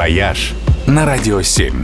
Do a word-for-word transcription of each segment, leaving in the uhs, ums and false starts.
«Вояж» на Радио семь.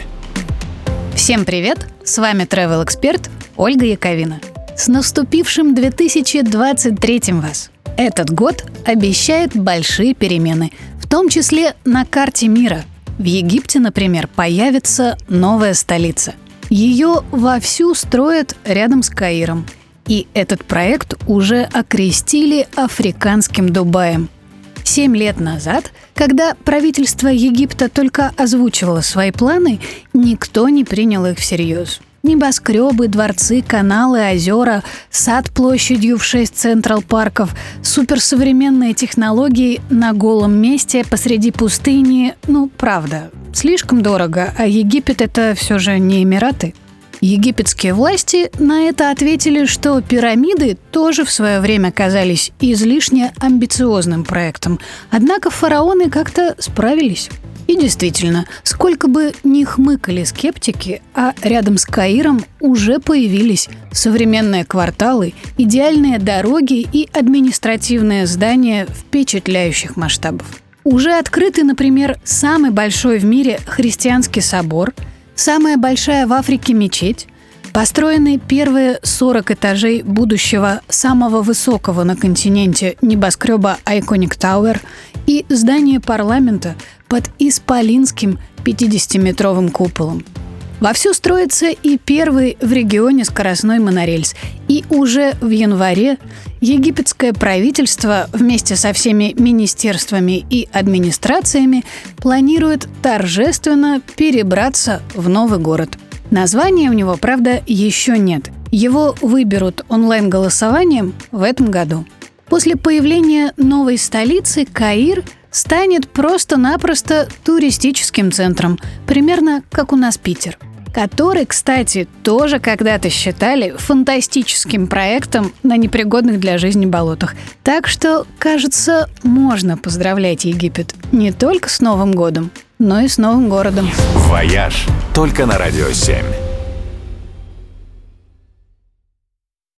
Всем привет! С вами travel-эксперт Ольга Яковина. С наступившим две тысячи двадцать третьим вас! Этот год обещает большие перемены, в том числе на карте мира. В Египте, например, появится новая столица. Ее вовсю строят рядом с Каиром. И этот проект уже окрестили африканским Дубаем. Семь лет назад, когда правительство Египта только озвучивало свои планы, никто не принял их всерьез. Небоскребы, дворцы, каналы, озера, сад площадью в шесть централ-парков, суперсовременные технологии на голом месте посреди пустыни. Ну, правда, слишком дорого, а Египет – это все же не Эмираты. Египетские власти на это ответили, что пирамиды тоже в свое время казались излишне амбициозным проектом. Однако фараоны как-то справились. И действительно, сколько бы ни хмыкали скептики, а рядом с Каиром уже появились современные кварталы, идеальные дороги и административные здания впечатляющих масштабов. Уже открыты, например, самый большой в мире христианский собор, самая большая в Африке мечеть, построены первые сорок этажей будущего самого высокого на континенте небоскреба Iconic Tower и здание парламента под исполинским пятидесятиметровым куполом. Вовсю строится и первый в регионе скоростной монорельс. И уже в январе египетское правительство вместе со всеми министерствами и администрациями планирует торжественно перебраться в новый город. Названия у него, правда, еще нет. Его выберут онлайн-голосованием в этом году. После появления новой столицы Каир станет просто-напросто туристическим центром, примерно как у нас Питер, который, кстати, тоже когда-то считали фантастическим проектом на непригодных для жизни болотах. Так что, кажется, можно поздравлять Египет не только с Новым годом, но и с новым городом. «Вояж» только на Радио семь.